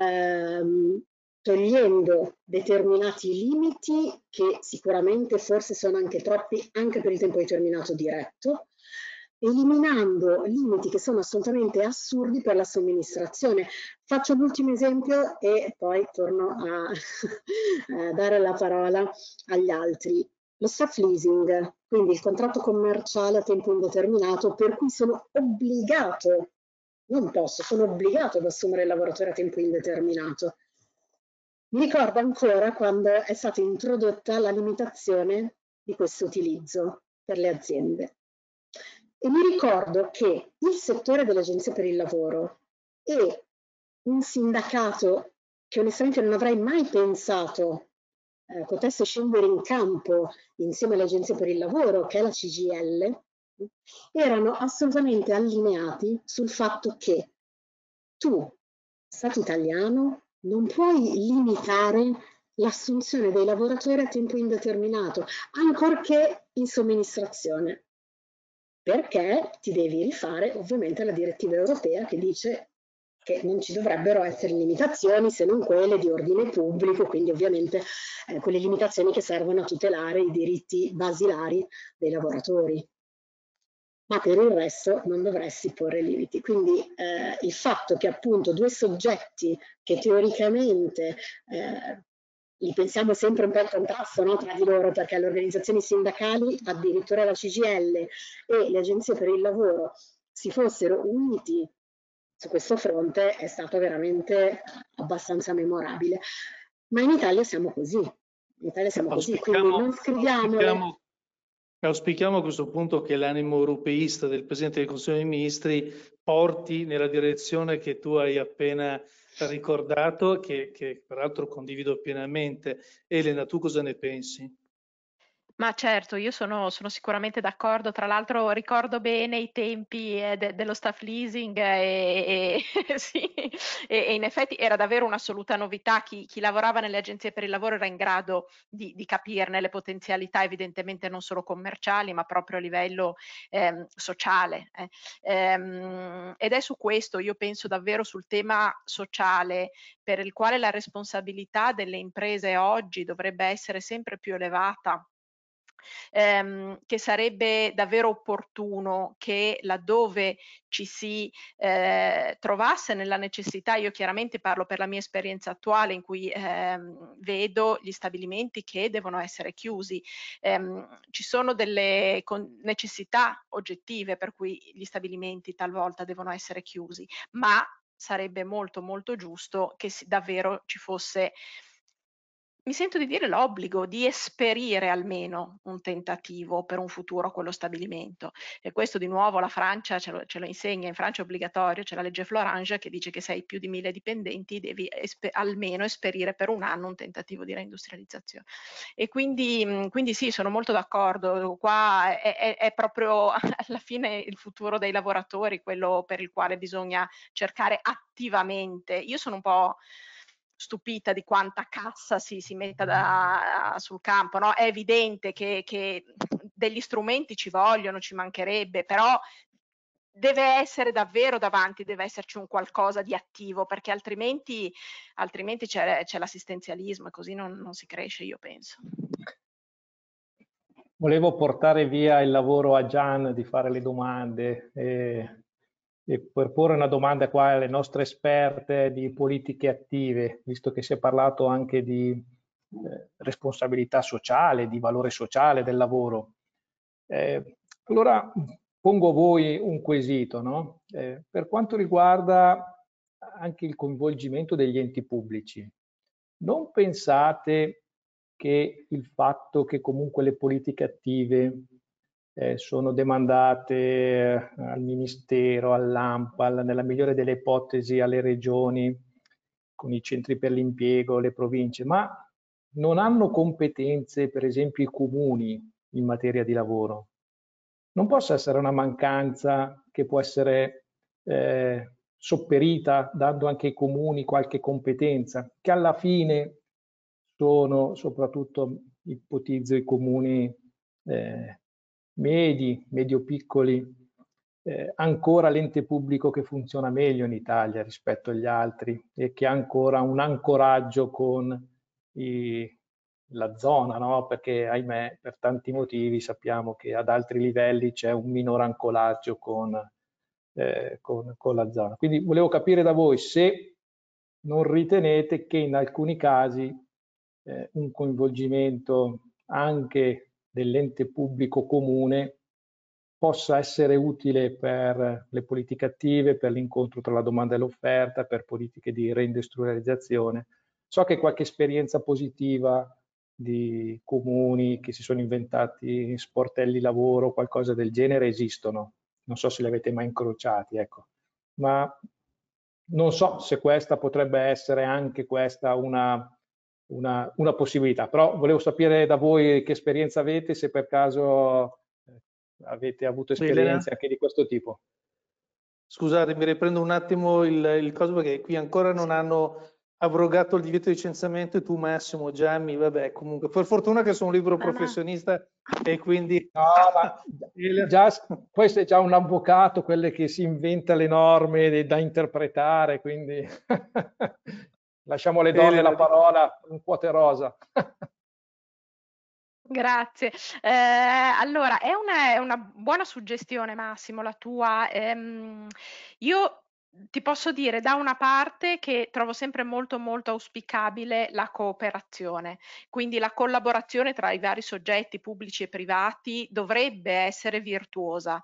Speaker 2: togliendo determinati limiti che sicuramente forse sono anche troppi anche per il tempo determinato diretto, eliminando limiti che sono assolutamente assurdi per la somministrazione. Faccio l'ultimo esempio e poi torno a dare la parola agli altri. Lo staff leasing, quindi il contratto commerciale a tempo indeterminato, per cui sono obbligato, non posso, sono obbligato ad assumere il lavoratore a tempo indeterminato. Mi ricordo ancora quando è stata introdotta la limitazione di questo utilizzo per le aziende. E mi ricordo che il settore delle agenzie per il lavoro e un sindacato che onestamente non avrei mai pensato potesse scendere in campo insieme alle agenzie per il lavoro, che è la CGIL, erano assolutamente allineati sul fatto che tu, Stato italiano, non puoi limitare l'assunzione dei lavoratori a tempo indeterminato, ancorché in somministrazione, perché ti devi rifare ovviamente alla direttiva europea che dice che non ci dovrebbero essere limitazioni se non quelle di ordine pubblico, quindi ovviamente quelle limitazioni che servono a tutelare i diritti basilari dei lavoratori. Ma per il resto non dovresti porre limiti. Quindi il fatto che appunto due soggetti che teoricamente li pensiamo sempre un po' in contrasto, no, tra di loro, perché le organizzazioni sindacali, addirittura la CGIL e le agenzie per il lavoro, si fossero uniti su questo fronte è stato veramente abbastanza memorabile. Ma in Italia siamo così. In Italia siamo così, quindi non scriviamole.
Speaker 1: Auspichiamo a questo punto che l'animo europeista del Presidente del Consiglio dei Ministri porti nella direzione che tu hai appena ricordato, che peraltro condivido pienamente. Elena, tu cosa ne pensi?
Speaker 3: Ma certo, io sono sicuramente d'accordo. Tra l'altro ricordo bene i tempi dello staff leasing sì, e in effetti era davvero un'assoluta novità. Chi lavorava nelle agenzie per il lavoro era in grado di capirne le potenzialità, evidentemente non solo commerciali, ma proprio a livello sociale. Ed è su questo, io penso davvero sul tema sociale, per il quale la responsabilità delle imprese oggi dovrebbe essere sempre più elevata. Che sarebbe davvero opportuno che laddove ci si trovasse nella necessità, io chiaramente parlo per la mia esperienza attuale in cui vedo gli stabilimenti che devono essere chiusi, ci sono delle necessità oggettive per cui gli stabilimenti talvolta devono essere chiusi, ma sarebbe molto molto giusto che davvero ci fosse mi sento di dire l'obbligo di esperire almeno un tentativo per un futuro a quello stabilimento. E questo di nuovo la Francia ce lo insegna, in Francia è obbligatorio, c'è la legge Florange che dice che se hai più di 1000 dipendenti devi almeno esperire per un anno un tentativo di reindustrializzazione. E quindi sì, sono molto d'accordo, qua è proprio alla fine il futuro dei lavoratori, quello per il quale bisogna cercare attivamente. Io sono un po' stupita di quanta cassa si metta sul campo, no? È evidente che degli strumenti ci vogliono, ci mancherebbe, però deve essere davvero davanti, deve esserci un qualcosa di attivo, perché altrimenti c'è l'assistenzialismo e così non si cresce, io penso.
Speaker 4: Volevo portare via il lavoro a Gian di fare le domande e per porre una domanda qua alle nostre esperte di politiche attive, visto che si è parlato anche di responsabilità sociale, di valore sociale del lavoro. Allora pongo a voi un quesito, no? Per quanto riguarda anche il coinvolgimento degli enti pubblici, non pensate che il fatto che comunque le politiche attive sono demandate al Ministero, all'ANPAL, nella migliore delle ipotesi alle regioni, con i centri per l'impiego, le province, ma non hanno competenze, per esempio, i comuni in materia di lavoro? Non possa essere una mancanza che può essere sopperita dando anche ai comuni qualche competenza, che alla fine sono soprattutto, ipotizzo, i comuni medi, medio-piccoli, ancora l'ente pubblico che funziona meglio in Italia rispetto agli altri e che ha ancora un ancoraggio con la zona, no? Perché ahimè per tanti motivi sappiamo che ad altri livelli c'è un minor ancoraggio con la zona. Quindi volevo capire da voi se non ritenete che in alcuni casi un coinvolgimento anche dell'ente pubblico comune possa essere utile per le politiche attive, per l'incontro tra la domanda e l'offerta, per politiche di reindustrializzazione. So che qualche esperienza positiva di comuni che si sono inventati sportelli lavoro, qualcosa del genere, esistono. Non so se li avete mai incrociati, ecco. Ma non so se questa potrebbe essere anche questa una possibilità, però volevo sapere da voi che esperienza avete, se per caso avete avuto esperienze anche di questo tipo.
Speaker 1: Scusate, mi riprendo un attimo il coso perché qui ancora non hanno abrogato il divieto di licenziamento e tu Massimo, Gianni, vabbè, comunque per fortuna che sono un libero professionista e quindi...
Speaker 4: No, ma già, questo è già un avvocato, quelle che si inventa le norme da interpretare, quindi lasciamo alle donne la parola, un quote rosa.
Speaker 3: Grazie. Allora, è una buona suggestione, Massimo, la tua. Io ti posso dire da una parte che trovo sempre molto molto auspicabile la cooperazione, quindi la collaborazione tra i vari soggetti pubblici e privati dovrebbe essere virtuosa.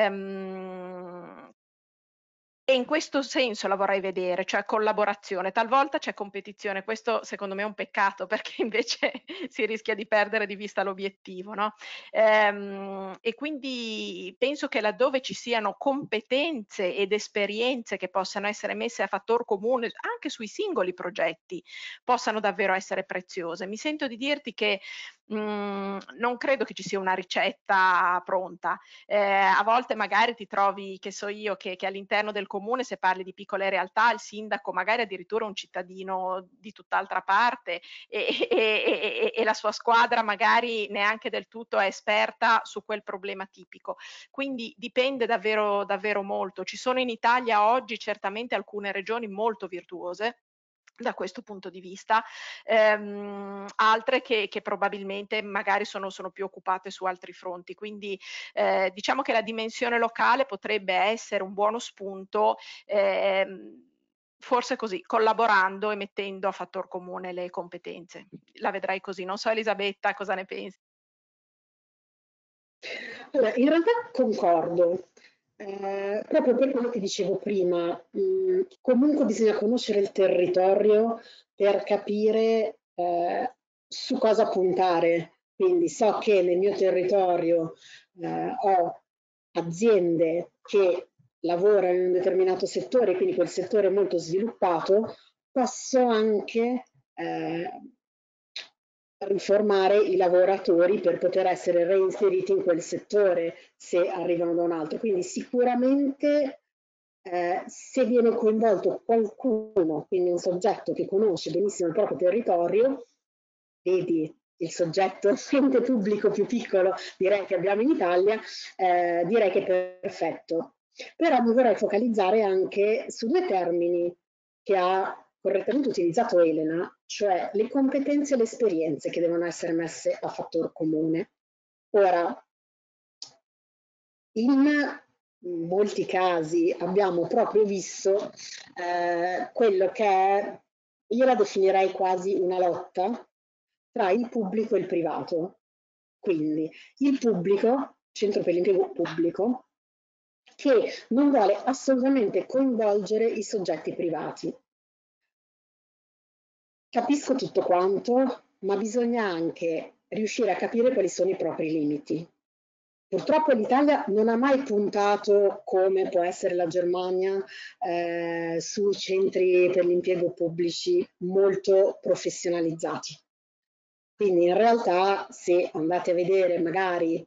Speaker 3: E in questo senso la vorrei vedere, cioè collaborazione. Talvolta c'è competizione, questo secondo me è un peccato perché invece si rischia di perdere di vista l'obiettivo, no? E quindi penso che laddove ci siano competenze ed esperienze che possano essere messe a fattor comune anche sui singoli progetti, possano davvero essere preziose. Mi sento di dirti che non credo che ci sia una ricetta pronta. A volte magari ti trovi, che so io, che all'interno del comune, se parli di piccole realtà, il sindaco magari addirittura un cittadino di tutt'altra parte e la sua squadra magari neanche del tutto è esperta su quel problema tipico. Quindi dipende davvero, davvero molto. Ci sono in Italia oggi certamente alcune regioni molto virtuose da questo punto di vista, altre che probabilmente magari sono più occupate su altri fronti. Quindi diciamo che la dimensione locale potrebbe essere un buono spunto, forse così, collaborando e mettendo a fattor comune le competenze. La vedrai così. Non so Elisabetta cosa ne pensi.
Speaker 2: Allora, in realtà concordo. Proprio per quello che dicevo prima, comunque bisogna conoscere il territorio per capire su cosa puntare. Quindi so che nel mio territorio ho aziende che lavorano in un determinato settore, quindi quel settore è molto sviluppato, posso anche riformare i lavoratori per poter essere reinseriti in quel settore se arrivano da un altro. Quindi sicuramente se viene coinvolto qualcuno, quindi un soggetto che conosce benissimo il proprio territorio, vedi il soggetto ente pubblico più piccolo direi che abbiamo in Italia, direi che è perfetto. Però mi vorrei focalizzare anche su due termini che ha correttamente utilizzato Elena, cioè le competenze e le esperienze che devono essere messe a fattor comune. Ora, in molti casi abbiamo proprio visto quello che è, io la definirei quasi una lotta tra il pubblico e il privato. Quindi il pubblico, centro per l'impiego pubblico, che non vuole assolutamente coinvolgere i soggetti privati. Capisco tutto quanto, ma bisogna anche riuscire a capire quali sono i propri limiti. Purtroppo l'Italia non ha mai puntato, come può essere la Germania, su centri per l'impiego pubblici molto professionalizzati. Quindi in realtà se andate a vedere magari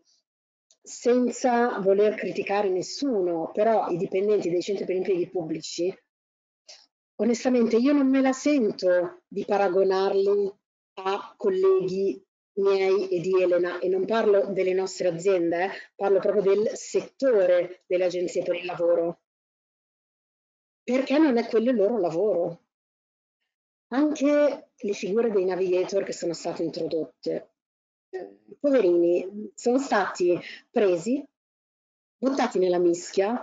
Speaker 2: senza voler criticare nessuno, però i dipendenti dei centri per impieghi pubblici, onestamente io non me la sento di paragonarli a colleghi miei e di Elena, e non parlo delle nostre aziende, parlo proprio del settore delle agenzie per il lavoro, perché non è quello il loro lavoro. Anche le figure dei navigator che sono state introdotte, poverini, sono stati presi, buttati nella mischia.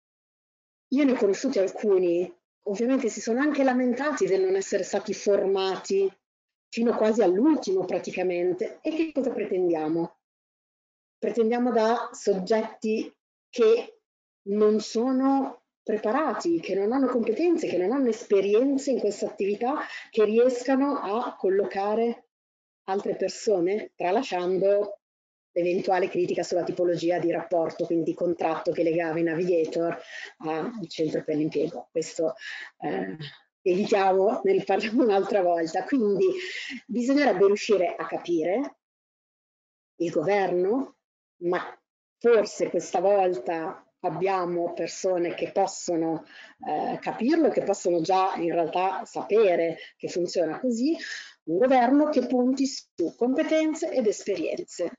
Speaker 2: Io ne ho conosciuti alcuni, ovviamente si sono anche lamentati del non essere stati formati fino quasi all'ultimo praticamente. E che cosa pretendiamo? Pretendiamo da soggetti che non sono preparati, che non hanno competenze, che non hanno esperienze in questa attività, che riescano a collocare altre persone, tralasciando l'eventuale critica sulla tipologia di rapporto, quindi di contratto che legava i navigator al centro per l'impiego. Questo evitiamo, ne riparliamo un'altra volta. Quindi bisognerebbe riuscire a capire il governo, ma forse questa volta abbiamo persone che possono capirlo, che possono già in realtà sapere che funziona così, un governo che punti su competenze ed esperienze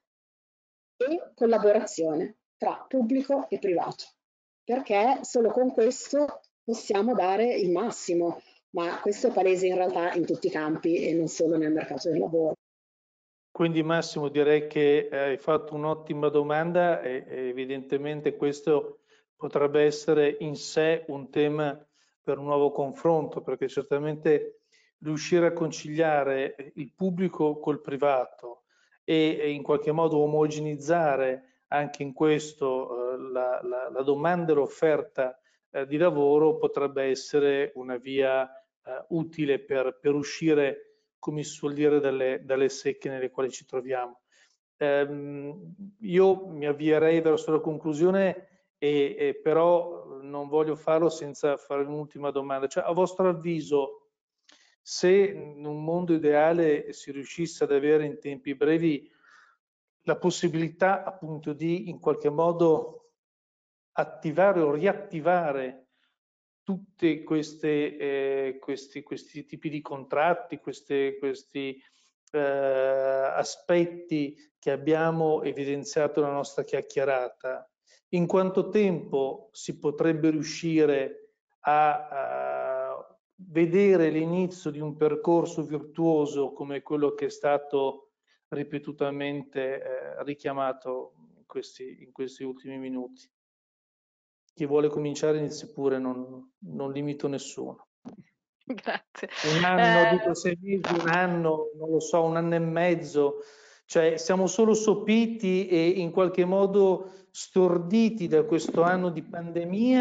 Speaker 2: e collaborazione tra pubblico e privato, perché solo con questo possiamo dare il massimo, ma questo è palese in realtà in tutti i campi e non solo nel mercato del lavoro.
Speaker 1: Quindi Massimo, direi che hai fatto un'ottima domanda e evidentemente questo potrebbe essere in sé un tema per un nuovo confronto, perché certamente riuscire a conciliare il pubblico col privato e in qualche modo omogenizzare anche in questo la domanda e l'offerta di lavoro potrebbe essere una via utile per uscire, come si suol dire, dalle secche nelle quali ci troviamo. Io mi avvierei verso la conclusione e però non voglio farlo senza fare un'ultima domanda. Cioè, a vostro avviso, se in un mondo ideale si riuscisse ad avere in tempi brevi la possibilità appunto di in qualche modo attivare o riattivare tutti questi tipi di contratti, questi aspetti che abbiamo evidenziato nella nostra chiacchierata, in quanto tempo si potrebbe riuscire a vedere l'inizio di un percorso virtuoso come quello che è stato ripetutamente richiamato in questi ultimi minuti? Chi vuole cominciare inizi pure, non limito nessuno.
Speaker 3: Grazie.
Speaker 1: Un anno, dico 6 mesi, un anno, non lo so, un anno e mezzo, cioè siamo solo sopiti e in qualche modo storditi da questo anno di pandemia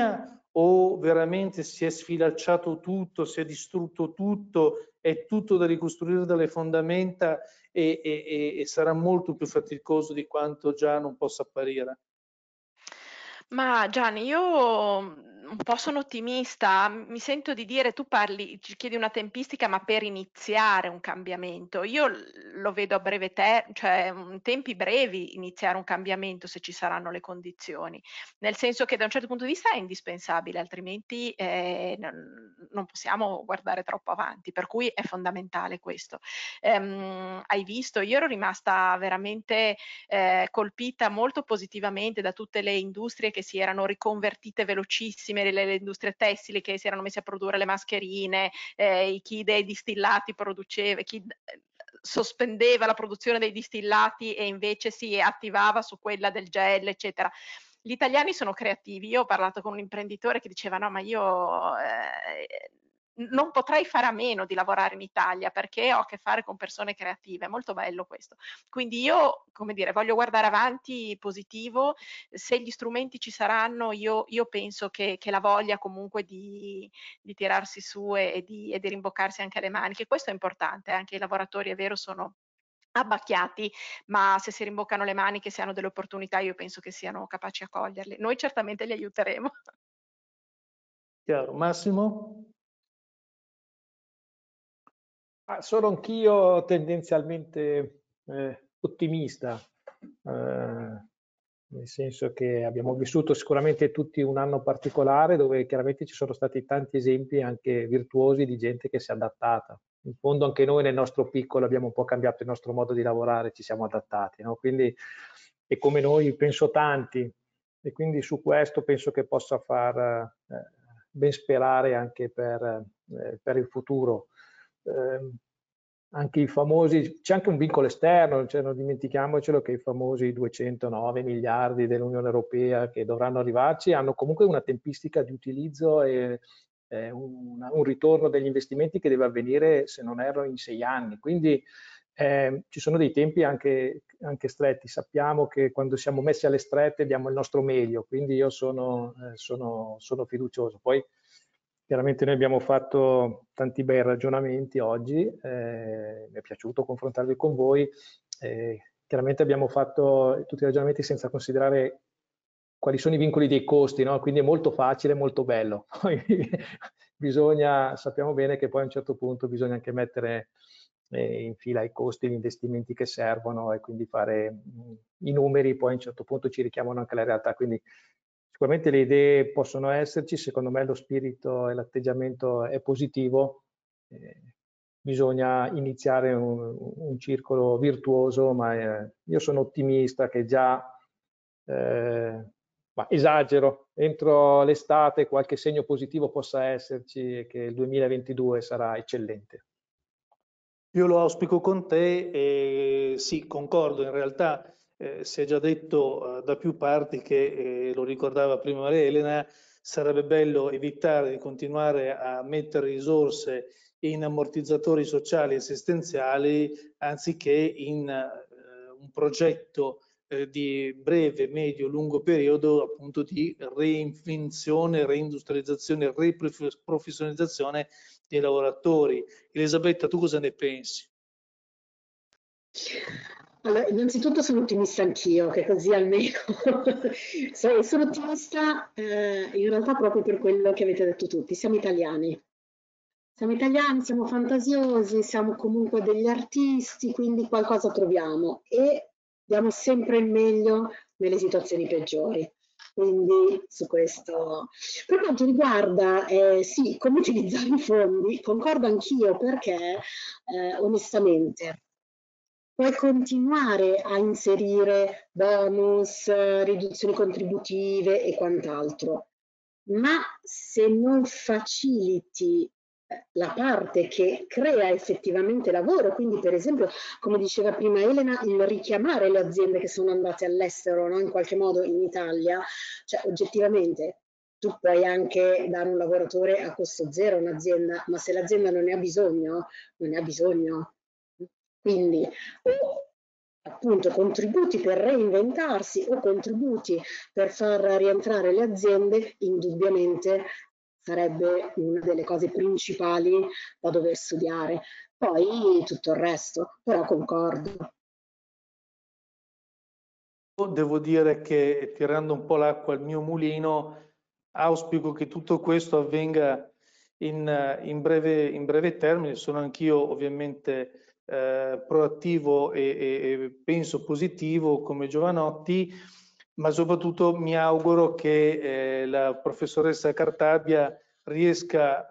Speaker 1: o veramente si è sfilacciato tutto, si è distrutto tutto, è tutto da ricostruire dalle fondamenta e sarà molto più faticoso di quanto già non possa apparire.
Speaker 3: Ma Gianni, io un po' sono ottimista, mi sento di dire, tu parli, ci chiedi una tempistica, ma per iniziare un cambiamento. Io lo vedo a breve cioè in tempi brevi iniziare un cambiamento se ci saranno le condizioni, nel senso che da un certo punto di vista è indispensabile, altrimenti non possiamo guardare troppo avanti, per cui è fondamentale questo. Hai visto, io ero rimasta veramente colpita molto positivamente da tutte le industrie che si erano riconvertite velocissime, le industrie tessili che si erano messe a produrre le mascherine, chi dei distillati produceva, chi sospendeva la produzione dei distillati e invece si attivava su quella del gel, eccetera. Gli italiani sono creativi. Io ho parlato con un imprenditore che diceva: no, ma io non potrei fare a meno di lavorare in Italia perché ho a che fare con persone creative. È molto bello questo. Quindi io, come dire, voglio guardare avanti positivo. Se gli strumenti ci saranno, io penso che la voglia comunque di tirarsi su e di rimboccarsi anche le maniche. Questo è importante, anche i lavoratori, è vero, sono abbacchiati, ma se si rimboccano le maniche, se hanno delle opportunità, io penso che siano capaci a coglierle. Noi certamente li aiuteremo.
Speaker 1: Chiaro. Massimo?
Speaker 4: Sono anch'io tendenzialmente ottimista, nel senso che abbiamo vissuto sicuramente tutti un anno particolare dove chiaramente ci sono stati tanti esempi anche virtuosi di gente che si è adattata. In fondo anche noi nel nostro piccolo abbiamo un po' cambiato il nostro modo di lavorare, ci siamo adattati, no? Quindi, e come noi penso tanti, e quindi su questo penso che possa far ben sperare anche per il futuro. Anche i famosi, c'è anche un vincolo esterno, cioè non dimentichiamocelo che i famosi 209 miliardi dell'Unione Europea che dovranno arrivarci hanno comunque una tempistica di utilizzo e un ritorno degli investimenti che deve avvenire, se non erro, in 6 anni. Quindi ci sono dei tempi anche stretti. Sappiamo che quando siamo messi alle strette diamo il nostro meglio, quindi io sono fiducioso. Poi chiaramente noi abbiamo fatto tanti bei ragionamenti oggi, mi è piaciuto confrontarvi con voi. Chiaramente abbiamo fatto tutti i ragionamenti senza considerare quali sono i vincoli dei costi, no? Quindi è molto facile, molto bello. Poi sappiamo bene che poi a un certo punto bisogna anche mettere in fila i costi, gli investimenti che servono e quindi fare i numeri, poi a un certo punto ci richiamano anche la realtà. Quindi sicuramente le idee possono esserci, secondo me lo spirito e l'atteggiamento è positivo, bisogna iniziare un circolo virtuoso, ma io sono ottimista che già, ma esagero, entro l'estate qualche segno positivo possa esserci e che il 2022 sarà eccellente.
Speaker 1: Io lo auspico con te e sì, concordo, in realtà si è già detto da più parti che, lo ricordava prima Maria Elena, sarebbe bello evitare di continuare a mettere risorse in ammortizzatori sociali e assistenziali anziché in un progetto di breve, medio, lungo periodo appunto di reinvenzione, reindustrializzazione, riprofessionalizzazione dei lavoratori. Elisabetta, tu cosa ne pensi?
Speaker 2: Allora, innanzitutto sono ottimista anch'io, che così almeno sono ottimista in realtà proprio per quello che avete detto tutti, siamo italiani, siamo fantasiosi, siamo comunque degli artisti, quindi qualcosa troviamo e diamo sempre il meglio nelle situazioni peggiori. Quindi su questo. Per quanto riguarda sì, come utilizzare i fondi, concordo anch'io perché onestamente puoi continuare a inserire bonus, riduzioni contributive e quant'altro, ma se non faciliti la parte che crea effettivamente lavoro, quindi per esempio, come diceva prima Elena, il richiamare le aziende che sono andate all'estero, no? In qualche modo in Italia, cioè oggettivamente tu puoi anche dare un lavoratore a costo zero a un'azienda, ma se l'azienda non ne ha bisogno, non ne ha bisogno. Quindi appunto contributi per reinventarsi o contributi per far rientrare le aziende, indubbiamente sarebbe una delle cose principali da dover studiare. Poi tutto il resto, però concordo.
Speaker 1: Devo dire che, tirando un po' l'acqua al mio mulino, auspico che tutto questo avvenga in breve termine. Sono anch'io ovviamente proattivo e penso positivo come Giovanotti, ma soprattutto mi auguro che la professoressa Cartabia riesca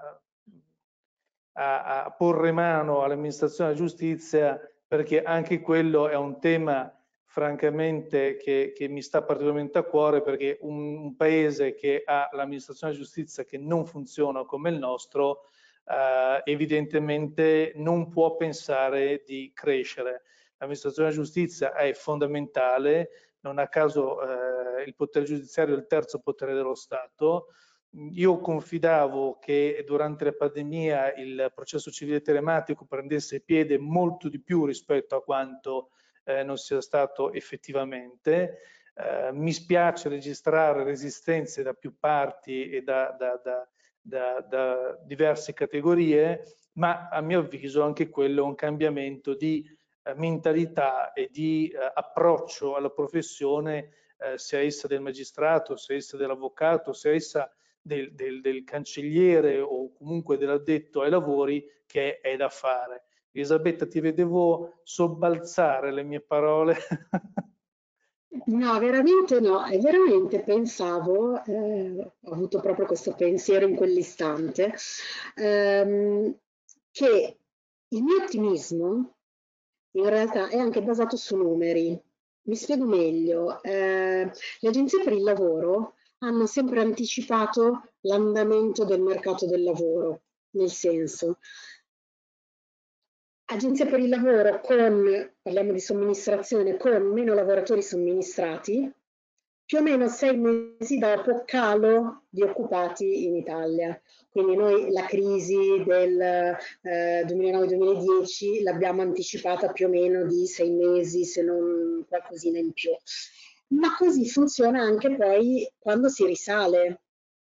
Speaker 1: a porre mano all'amministrazione della giustizia, perché anche quello è un tema francamente che mi sta particolarmente a cuore, perché un paese che ha l'amministrazione della giustizia che non funziona come il nostro evidentemente non può pensare di crescere. L'amministrazione della giustizia è fondamentale, non a caso il potere giudiziario è il terzo potere dello Stato. Io confidavo che durante la pandemia il processo civile telematico prendesse piede molto di più rispetto a quanto non sia stato effettivamente. Mi spiace registrare resistenze da più parti e da diverse categorie, ma a mio avviso anche quello è un cambiamento di mentalità e di approccio alla professione, sia essa del magistrato, sia essa dell'avvocato, sia essa del cancelliere o comunque dell'addetto ai lavori, che è da fare. Elisabetta, ti vedevo sobbalzare le mie parole.
Speaker 2: No, veramente no, e veramente pensavo, ho avuto proprio questo pensiero in quell'istante, che il mio ottimismo in realtà è anche basato su numeri. Mi spiego meglio. Le agenzie per il lavoro hanno sempre anticipato l'andamento del mercato del lavoro, nel senso, agenzia per il lavoro parliamo di somministrazione, con meno lavoratori somministrati, più o meno 6 mesi dopo calo di occupati in Italia. Quindi noi la crisi del 2009-2010 l'abbiamo anticipata più o meno di 6 mesi, se non qualcosina in più. Ma così funziona anche poi quando si risale.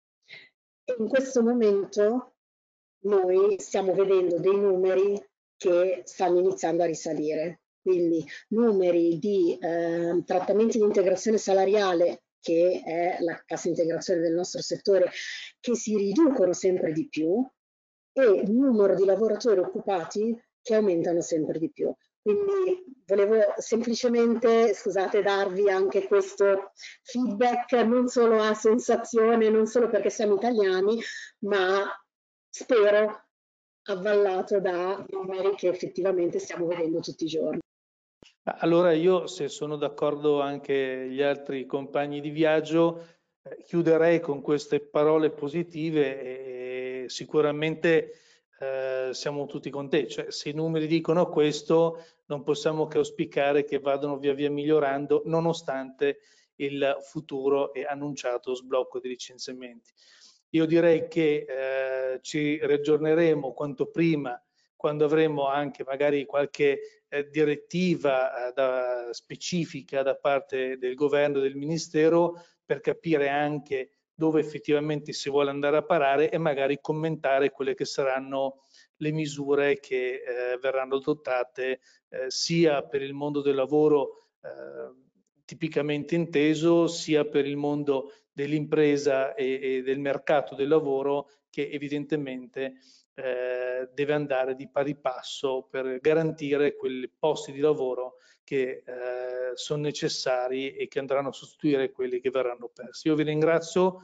Speaker 2: E in questo momento noi stiamo vedendo dei numeri che stanno iniziando a risalire. Quindi numeri di trattamenti di integrazione salariale, che è la cassa integrazione del nostro settore, che si riducono sempre di più, e numero di lavoratori occupati che aumentano sempre di più. Quindi volevo semplicemente, scusate, darvi anche questo feedback, non solo a sensazione, non solo perché siamo italiani, ma spero avvallato da numeri che effettivamente stiamo vedendo tutti i giorni.
Speaker 1: Allora io, se sono d'accordo anche gli altri compagni di viaggio, chiuderei con queste parole positive e sicuramente siamo tutti contenti. Cioè, se i numeri dicono questo, non possiamo che auspicare che vadano via via migliorando, nonostante il futuro e annunciato sblocco di licenziamenti. Io direi che ci riaggiorneremo quanto prima, quando avremo anche magari qualche direttiva specifica da parte del governo e del ministero, per capire anche dove effettivamente si vuole andare a parare e magari commentare quelle che saranno le misure che verranno adottate sia per il mondo del lavoro tipicamente inteso, sia per il mondo dell'impresa e del mercato del lavoro, che evidentemente deve andare di pari passo per garantire quei posti di lavoro che sono necessari e che andranno a sostituire quelli che verranno persi. Io vi ringrazio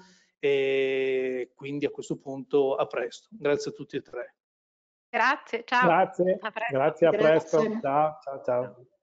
Speaker 1: e quindi a questo punto a presto. Grazie a tutti e tre.
Speaker 3: Grazie, ciao.
Speaker 4: Grazie,
Speaker 3: A presto.
Speaker 4: grazie, a presto.
Speaker 2: Grazie.
Speaker 4: Ciao, ciao, ciao.